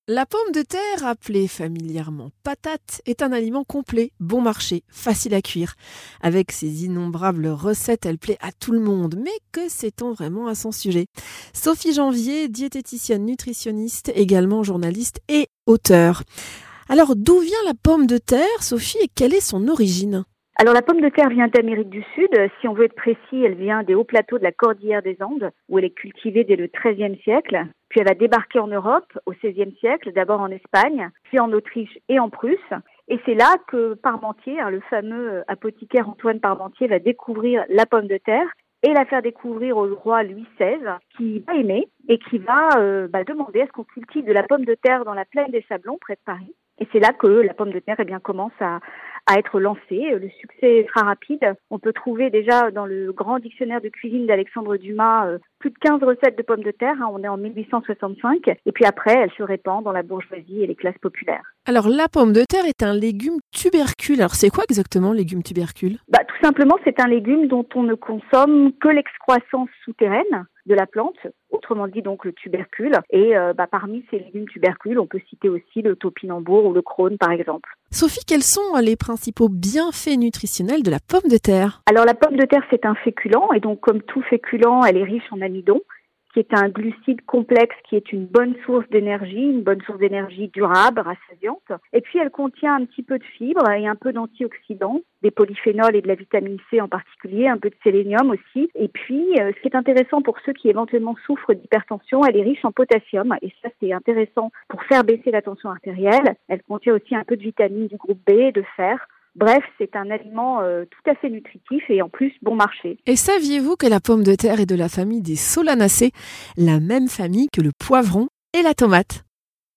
La pomme de terre, appelée familièrement patate, est un aliment complet, bon marché, facile à cuire. Avec ses innombrables recettes, elle plaît à tout le monde. Mais que sait-on vraiment à son sujet ? Sophie Janvier, diététicienne nutritionniste, également journaliste et auteure. Alors, d'où vient la pomme de terre, Sophie, et quelle est son origine ? Alors la pomme de terre vient d'Amérique du Sud. Si on veut être précis, elle vient des hauts plateaux de la Cordillère des Andes, où elle est cultivée dès le XIIIe siècle. Puis elle va débarquer en Europe au XVIe siècle, d'abord en Espagne, puis en Autriche et en Prusse. Et c'est là que Parmentier, le fameux apothicaire Antoine Parmentier, va découvrir la pomme de terre et la faire découvrir au roi Louis XVI, qui va aimer et qui va demander à ce qu'on cultive de la pomme de terre dans la plaine des Sablons, près de Paris. Et c'est là que la pomme de terre commence à être lancée. Le succès sera rapide. On peut trouver déjà dans le grand dictionnaire de cuisine d'Alexandre Dumas plus de 15 recettes de pommes de terre. On est en 1865. Et puis après, elle se répand dans la bourgeoisie et les classes populaires. Alors, la pomme de terre est un légume tubercule. Alors, c'est quoi exactement, légume tubercule ? Tout simplement, c'est un légume dont on ne consomme que l'excroissance souterraine de la plante, autrement dit donc le tubercule. Et parmi ces légumes tubercules, on peut citer aussi le topinambour ou le crône par exemple. Sophie, quels sont les principaux bienfaits nutritionnels de la pomme de terre ? Alors la pomme de terre, c'est un féculent et donc comme tout féculent, elle est riche en amidon, qui est un glucide complexe qui est une bonne source d'énergie durable, rassasiante. Et puis elle contient un petit peu de fibres et un peu d'antioxydants, des polyphénols et de la vitamine C en particulier, un peu de sélénium aussi. Et puis ce qui est intéressant pour ceux qui éventuellement souffrent d'hypertension, elle est riche en potassium et ça c'est intéressant pour faire baisser la tension artérielle. Elle contient aussi un peu de vitamines du groupe B, de fer. Bref, c'est un aliment tout à fait nutritif et en plus bon marché. Et saviez-vous que la pomme de terre est de la famille des solanacées, la même famille que le poivron et la tomate ?